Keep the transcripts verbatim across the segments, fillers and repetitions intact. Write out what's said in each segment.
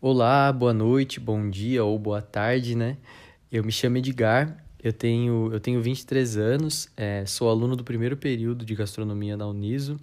Olá, boa noite, bom dia ou boa tarde, né? Eu me chamo Edgar, eu tenho, eu tenho vinte e três anos, eh, sou aluno do primeiro período de gastronomia na Uniso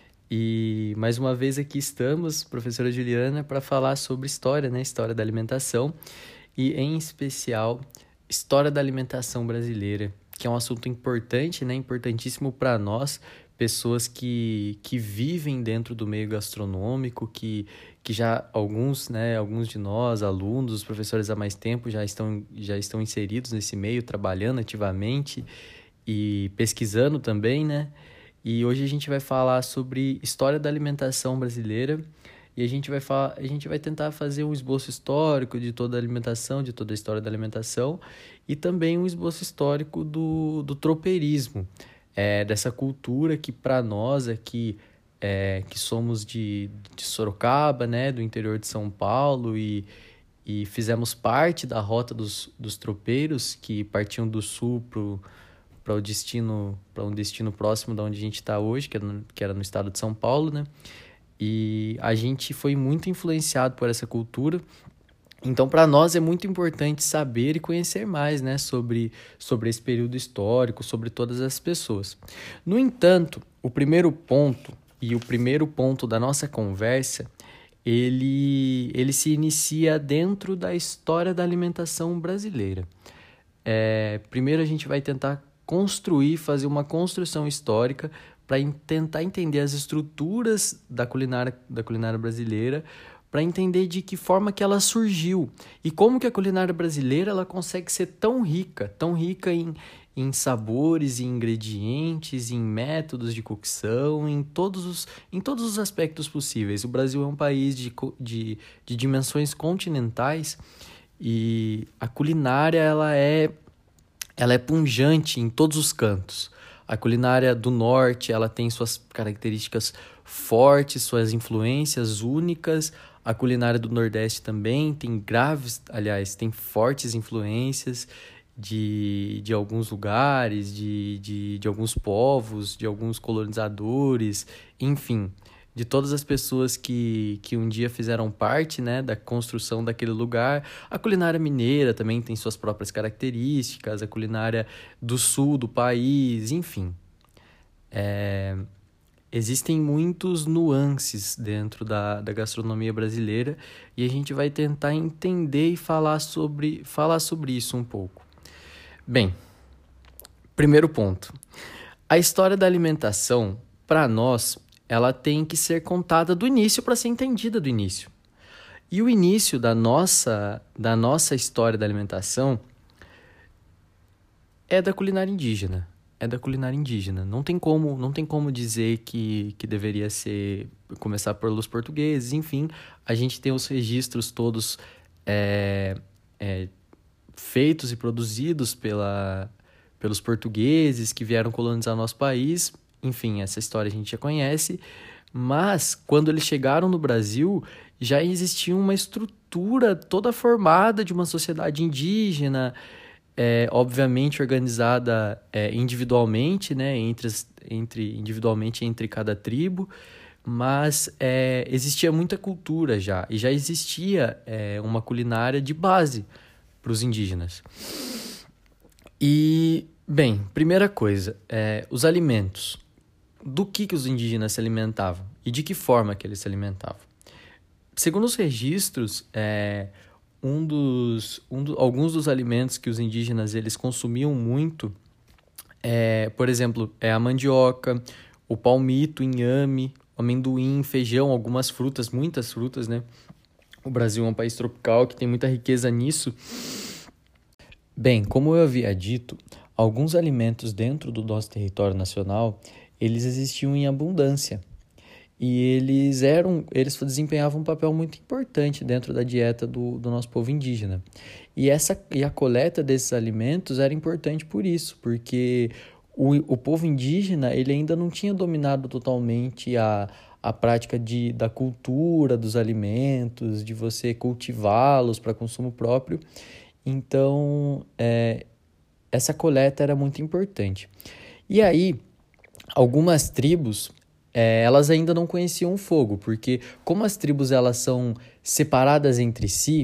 e mais uma vez aqui estamos, professora Juliana, para falar sobre história, né? História da alimentação e, em especial, história da alimentação brasileira, que é um assunto importante, né? Importantíssimo para nós, pessoas que, que vivem dentro do meio gastronômico, que, que já alguns, né, alguns de nós, alunos, professores há mais tempo, já estão, já estão inseridos nesse meio, trabalhando ativamente e pesquisando também, né? E hoje a gente vai falar sobre história da alimentação brasileira e a gente vai falar, a gente vai tentar fazer um esboço histórico de toda a alimentação, de toda a história da alimentação e também um esboço histórico do, do tropeirismo, é, dessa cultura que para nós aqui, é, que somos de, de Sorocaba, né, do interior de São Paulo e, e fizemos parte da rota dos, dos tropeiros que partiam do sul para o destino, para um destino próximo da onde a gente está hoje, que era, no, que era no estado de São Paulo, né? E a gente foi muito influenciado por essa cultura. Então, para nós é muito importante saber e conhecer mais, né, sobre, sobre esse período histórico, sobre todas as pessoas. No entanto, o primeiro ponto e o primeiro ponto da nossa conversa, ele, ele se inicia dentro da história da alimentação brasileira. É, primeiro a gente vai tentar construir, fazer uma construção histórica para tentar entender as estruturas da culinária, da culinária brasileira, para entender de que forma que ela surgiu e como que a culinária brasileira ela consegue ser tão rica, tão rica em, em sabores, em ingredientes, em métodos de cocção, em todos os, em todos os aspectos possíveis. O Brasil é um país de, de, de dimensões continentais e a culinária ela é, ela é pungente em todos os cantos. A culinária do norte ela tem suas características fortes, suas influências únicas. A culinária do Nordeste também tem graves, aliás, tem fortes influências de, de alguns lugares, de, de, de alguns povos, de alguns colonizadores, enfim, de todas as pessoas que, que um dia fizeram parte, né, da construção daquele lugar. A culinária mineira também tem suas próprias características, a culinária do sul do país, enfim. É... Existem muitos nuances dentro da, da gastronomia brasileira e a gente vai tentar entender e falar sobre, falar sobre isso um pouco. Bem, primeiro ponto. A história da alimentação, para nós, ela tem que ser contada do início para ser entendida do início. E o início da nossa, da nossa história da alimentação é da culinária indígena. É da culinária indígena. Não tem como, não tem como dizer que, que deveria ser começar pelos portugueses. Enfim, a gente tem os registros todos é, é, feitos e produzidos pela, pelos portugueses que vieram colonizar nosso país. Enfim, essa história a gente já conhece. Mas, quando eles chegaram no Brasil, já existia uma estrutura toda formada de uma sociedade indígena, é, obviamente organizada é, individualmente, né, entre, as, entre, individualmente entre cada tribo, mas é, existia muita cultura já, e já existia é, uma culinária de base para os indígenas. E, bem, primeira coisa, é, os alimentos. Do que, que os indígenas se alimentavam e de que forma que eles se alimentavam? Segundo os registros, é, um dos, um do, alguns dos alimentos que os indígenas eles consumiam muito, é, por exemplo, é a mandioca, o palmito, o inhame, o amendoim, feijão, algumas frutas, muitas frutas, né? O Brasil é um país tropical que tem muita riqueza nisso. Bem, como eu havia dito, alguns alimentos dentro do nosso território nacional, eles existiam em abundância. E eles eram, eles desempenhavam um papel muito importante dentro da dieta do, do nosso povo indígena. E, essa, e a coleta desses alimentos era importante por isso, porque o, o povo indígena ele ainda não tinha dominado totalmente a, a prática de, da cultura dos alimentos, de você cultivá-los para consumo próprio. Então, é, essa coleta era muito importante. E aí, algumas tribos é, elas ainda não conheciam o fogo, porque como as tribos elas são separadas entre si,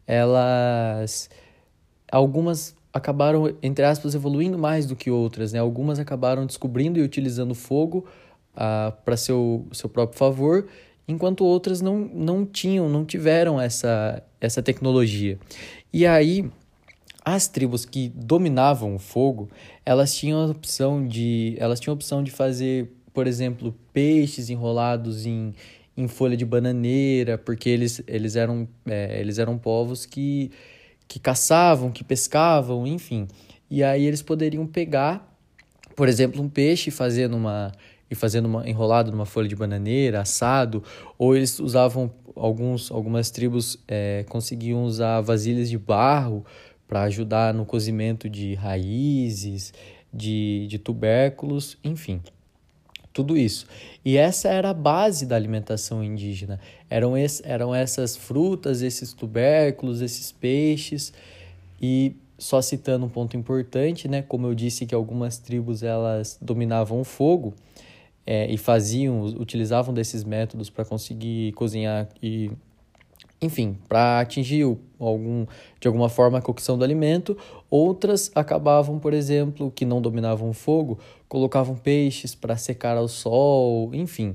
elas algumas acabaram, entre aspas, evoluindo mais do que outras, né? Algumas acabaram descobrindo e utilizando o fogo ah, para seu, seu próprio favor, enquanto outras não, não tinham, não tiveram essa, essa tecnologia. E aí, as tribos que dominavam o fogo, elas tinham a opção de, elas tinham a opção de fazer, por exemplo, peixes enrolados em, em folha de bananeira, porque eles, eles, eram, é, eles eram povos que que caçavam, que pescavam, enfim. E aí eles poderiam pegar, por exemplo, um peixe e fazer numa e fazendo uma, enrolado numa folha de bananeira, assado, ou eles usavam, alguns, algumas tribos é, conseguiam usar vasilhas de barro para ajudar no cozimento de raízes, de, de tubérculos, enfim. Tudo isso. E essa era a base da alimentação indígena. Eram, esse, eram essas frutas, esses tubérculos, esses peixes. E só citando um ponto importante, né? Como eu disse que algumas tribos elas dominavam o fogo é, e faziam, utilizavam desses métodos para conseguir cozinhar e enfim, para atingir algum, de alguma forma a cocção do alimento. Outras acabavam, por exemplo, que não dominavam o fogo, colocavam peixes para secar ao sol, enfim.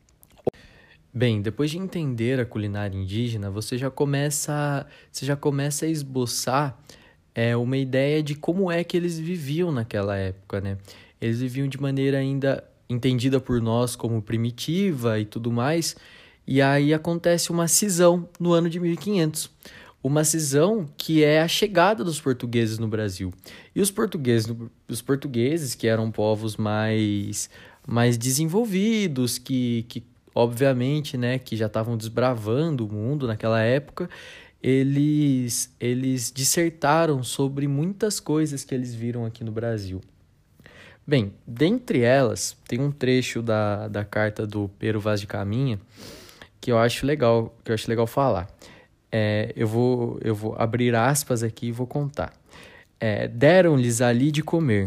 Bem, depois de entender a culinária indígena, você já começa, você já começa a esboçar é, uma ideia de como é que eles viviam naquela época, né? Eles viviam de maneira ainda entendida por nós como primitiva e tudo mais. E aí acontece uma cisão no ano de mil e quinhentos. Uma cisão que é a chegada dos portugueses no Brasil. E os portugueses, os portugueses que eram povos mais, mais desenvolvidos, que, que obviamente, né, que já estavam desbravando o mundo naquela época, eles, eles dissertaram sobre muitas coisas que eles viram aqui no Brasil. Bem, dentre elas, tem um trecho da, da carta do Pero Vaz de Caminha, que eu acho legal, que eu acho legal falar. É, eu, vou, eu vou abrir aspas aqui e vou contar. É, deram-lhes ali de comer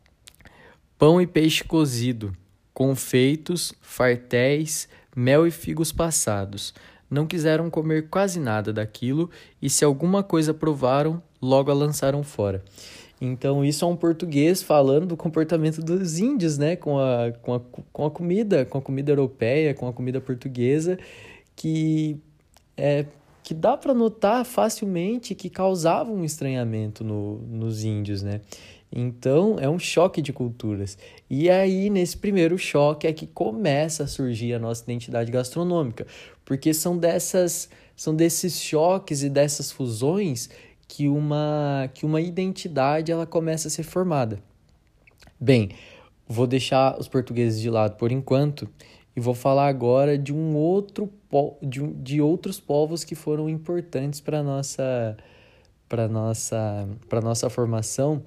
pão e peixe cozido, confeitos, fartéis, mel e figos passados. Não quiseram comer quase nada daquilo e se alguma coisa provaram, logo a lançaram fora. Então, isso é um português falando do comportamento dos índios, né? Com a, com a, com a comida, com a comida europeia, com a comida portuguesa, que, é, que dá para notar facilmente que causava um estranhamento no, nos índios, né? Então, é um choque de culturas. E aí, nesse primeiro choque, é que começa a surgir a nossa identidade gastronômica, porque são, dessas, são desses choques e dessas fusões que uma, que uma identidade ela começa a ser formada. Bem, vou deixar os portugueses de lado por enquanto e vou falar agora de um outro de, um, de outros povos que foram importantes para nossa para nossa para nossa formação,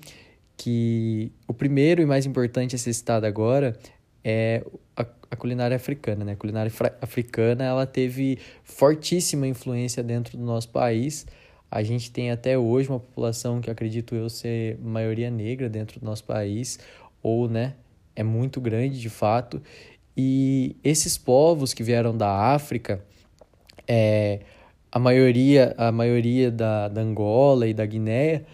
que o primeiro e mais importante a ser citado agora é a, a culinária africana, né? A culinária fra- africana ela teve fortíssima influência dentro do nosso país. A gente tem até hoje uma população que acredito eu ser maioria negra dentro do nosso país, ou, né, é muito grande de fato. E esses povos que vieram da África, é, a maioria, a maioria da, da Angola e da Guiné,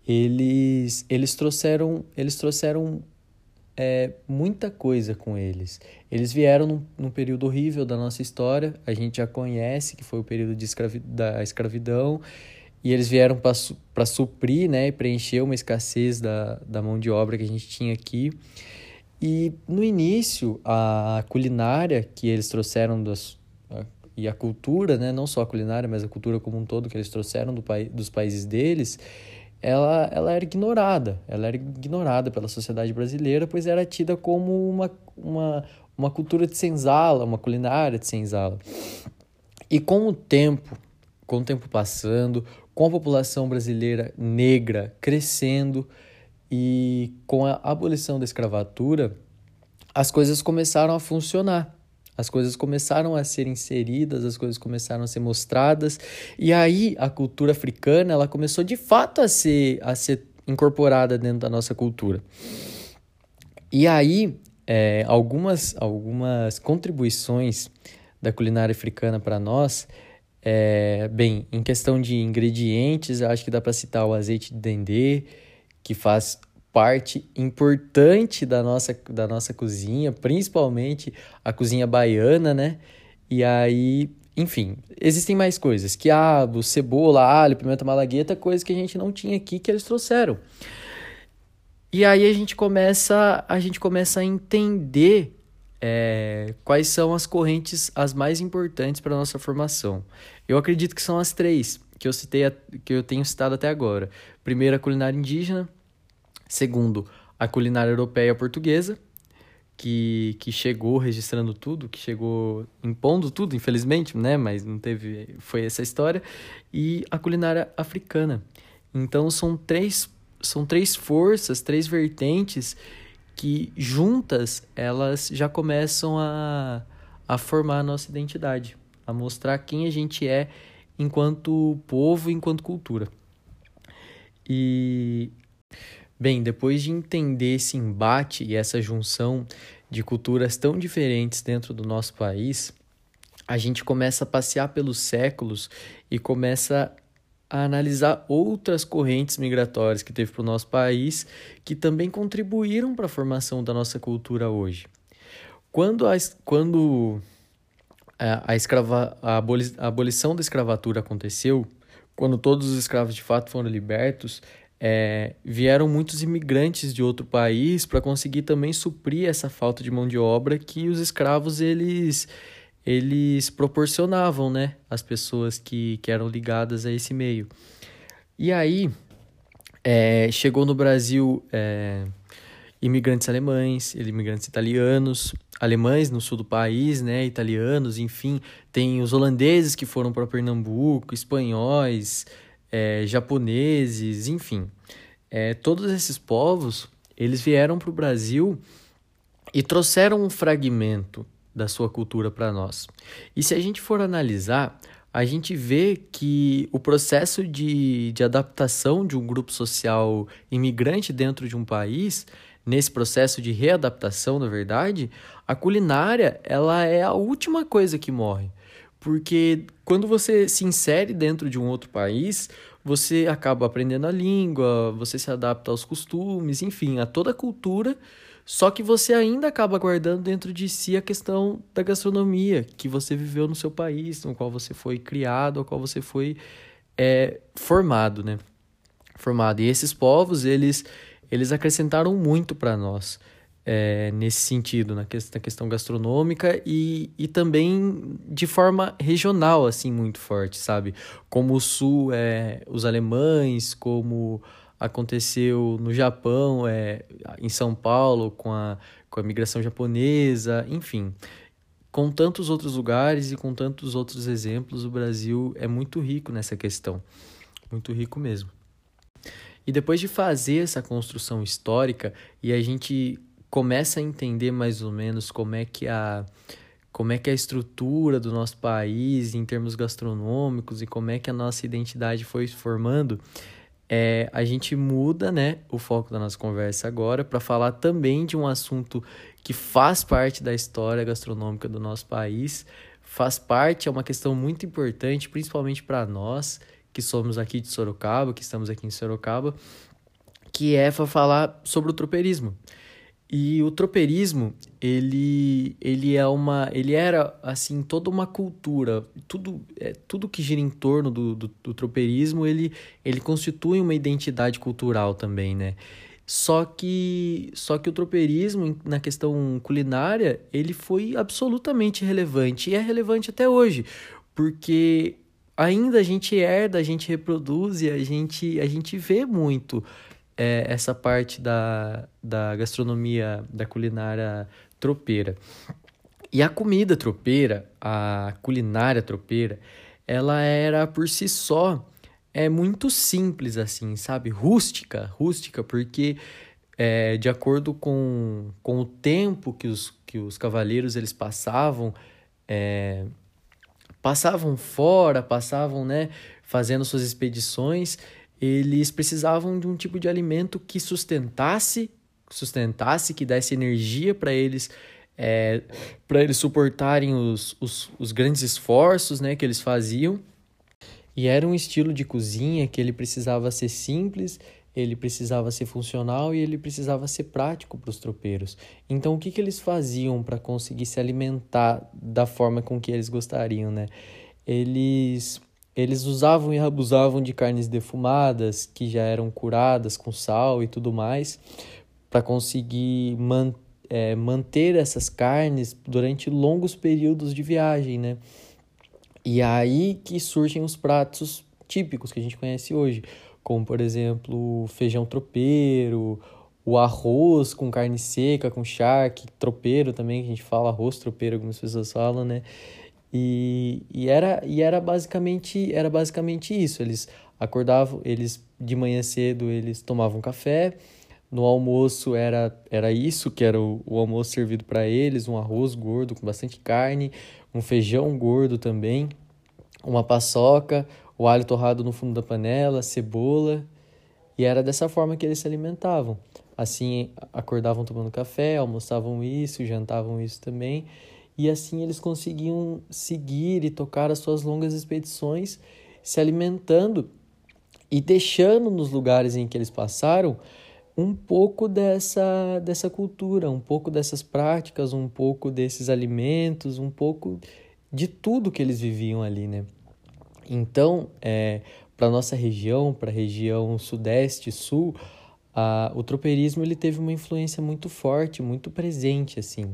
eles, eles trouxeram, eles trouxeram é, muita coisa com eles. Eles vieram num, num período horrível da nossa história, a gente já conhece, que foi o período de escravi, da escravidão, e eles vieram para suprir, né, e preencher uma escassez da, da mão de obra que a gente tinha aqui. E no início, a culinária que eles trouxeram das, a, e a cultura, né, não só a culinária, mas a cultura como um todo que eles trouxeram do, dos países deles, ela, ela era ignorada. Ela era ignorada pela sociedade brasileira, pois era tida como uma, uma, uma cultura de senzala, uma culinária de senzala. E com o tempo, com o tempo passando, com a população brasileira negra crescendo e com a abolição da escravatura, as coisas começaram a funcionar. As coisas começaram a ser inseridas, as coisas começaram a ser mostradas. E aí a cultura africana ela começou de fato a ser, a ser incorporada dentro da nossa cultura. E aí É, algumas, algumas contribuições da culinária africana para nós, é, bem, em questão de ingredientes, eu acho que dá para citar o azeite de dendê, que faz parte importante da nossa, da nossa cozinha, principalmente a cozinha baiana, né? E aí, enfim, existem mais coisas, quiabo, cebola, alho, pimenta malagueta, coisas que a gente não tinha aqui que eles trouxeram. E aí a gente começa, a gente começa a entender é, quais são as correntes as mais importantes para a nossa formação. Eu acredito que são as três que eu citei, a- que eu tenho citado até agora. Primeiro, a culinária indígena. Segundo, a culinária europeia portuguesa, que, que chegou registrando tudo, que chegou impondo tudo, infelizmente, né? Mas não teve, foi essa história. E a culinária africana. Então são três, são três forças, três vertentes que juntas elas já começam a, a formar a nossa identidade, a mostrar quem a gente é enquanto povo, enquanto cultura. E bem, depois de entender esse embate e essa junção de culturas tão diferentes dentro do nosso país, a gente começa a passear pelos séculos e começa a analisar outras correntes migratórias que teve para o nosso país que também contribuíram para a formação da nossa cultura hoje. Quando a, quando a, a, escrava, a, aboli, a abolição da escravatura aconteceu, quando todos os escravos de fato foram libertos, é, vieram muitos imigrantes de outro país para conseguir também suprir essa falta de mão de obra que os escravos eles, eles proporcionavam, né, às pessoas que, que eram ligadas a esse meio. E aí, é, chegou no Brasil é, imigrantes alemães, imigrantes italianos, alemães no sul do país, né, italianos, enfim, tem os holandeses que foram para Pernambuco, espanhóis, é, japoneses, enfim. É, todos esses povos, eles vieram para o Brasil e trouxeram um fragmento da sua cultura para nós. E se a gente for analisar, a gente vê que o processo de, de adaptação de um grupo social imigrante dentro de um país, nesse processo de readaptação, na verdade, a culinária ela é a última coisa que morre. Porque quando você se insere dentro de um outro país, você acaba aprendendo a língua, você se adapta aos costumes, enfim, a toda a cultura, só que você ainda acaba guardando dentro de si a questão da gastronomia que você viveu no seu país, no qual você foi criado, no qual você foi é, formado, né? Formado. E esses povos, eles, eles acrescentaram muito para nós. É, nesse sentido, na questão, na questão gastronômica e, e também de forma regional, assim, muito forte, sabe? Como o Sul, é, os alemães, como aconteceu no Japão, é, em São Paulo, com a, com a migração japonesa, enfim. Com tantos outros lugares e com tantos outros exemplos, o Brasil é muito rico nessa questão. Muito rico mesmo. E depois de fazer essa construção histórica e a gente começa a entender mais ou menos como é que a, como é que a estrutura do nosso país em termos gastronômicos e como é que a nossa identidade foi se formando, é, a gente muda, né, o foco da nossa conversa agora para falar também de um assunto que faz parte da história gastronômica do nosso país, faz parte, é uma questão muito importante, principalmente para nós que somos aqui de Sorocaba, que estamos aqui em Sorocaba, que é para falar sobre o tropeirismo. E o tropeirismo, ele, ele, é uma, ele era, assim, toda uma cultura. Tudo, é, tudo que gira em torno do, do, do tropeirismo, ele, ele constitui uma identidade cultural também, né? Só que, só que o tropeirismo, na questão culinária, ele foi absolutamente relevante. E é relevante até hoje, porque ainda a gente herda, a gente reproduz e a gente, a gente vê muito é, essa parte da, da gastronomia, da culinária tropeira. E a comida tropeira, a culinária tropeira, ela era por si só é muito simples assim, sabe? Rústica, rústica, porque é, de acordo com, com o tempo que os, que os cavaleiros eles passavam, é, passavam fora, passavam, né, fazendo suas expedições, eles precisavam de um tipo de alimento que sustentasse sustentasse, que desse energia para eles, é, para eles suportarem os, os, os grandes esforços, né, que eles faziam. E era um estilo de cozinha que ele precisava ser simples, ele precisava ser funcional e ele precisava ser prático para os tropeiros. Então, o que, que eles faziam para conseguir se alimentar da forma com que eles gostariam, né? Eles, eles usavam e abusavam de carnes defumadas, que já eram curadas com sal e tudo mais, para conseguir man, é, manter essas carnes durante longos períodos de viagem, né? E é aí que surgem os pratos típicos que a gente conhece hoje, como, por exemplo, o feijão tropeiro, o arroz com carne seca, com charque, tropeiro também, que a gente fala arroz tropeiro, algumas pessoas falam, né? E, e, era, e era, basicamente, era basicamente isso, eles acordavam, eles de manhã cedo, eles tomavam café, no almoço era, era isso, que era o, o almoço servido para eles, um arroz gordo com bastante carne, um feijão gordo também, uma paçoca, o alho torrado no fundo da panela, cebola, e era dessa forma que eles se alimentavam. Assim, acordavam tomando café, almoçavam isso, jantavam isso também, e assim eles conseguiam seguir e tocar as suas longas expedições, se alimentando e deixando nos lugares em que eles passaram um pouco dessa, dessa cultura, um pouco dessas práticas, um pouco desses alimentos, um pouco de tudo que eles viviam ali, né? Então, é, para a nossa região, para a região sudeste, sul, a, o tropeirismo ele teve uma influência muito forte, muito presente, assim.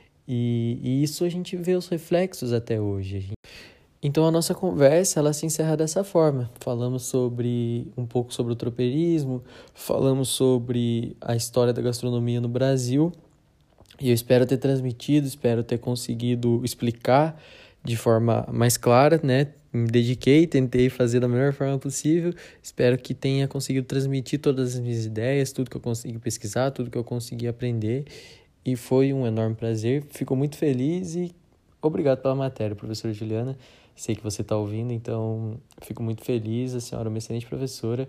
E, e isso a gente vê os reflexos até hoje. Então a nossa conversa ela se encerra dessa forma. Falamos sobre um pouco sobre o tropeirismo, falamos sobre a história da gastronomia no Brasil, e eu espero ter transmitido, espero ter conseguido explicar de forma mais clara, né? Me dediquei, tentei fazer da melhor forma possível. Espero que tenha conseguido transmitir todas as minhas ideias, tudo que eu consegui pesquisar, tudo que eu consegui aprender. E foi um enorme prazer. Fico muito feliz e obrigado pela matéria, professora Juliana. Sei que você está ouvindo, então fico muito feliz. A senhora é uma excelente professora.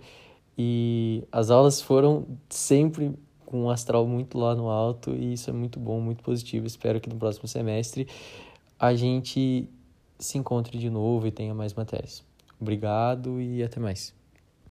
E as aulas foram sempre com um astral muito lá no alto. E isso é muito bom, muito positivo. Espero que no próximo semestre a gente se encontre de novo e tenha mais matérias. Obrigado e até mais.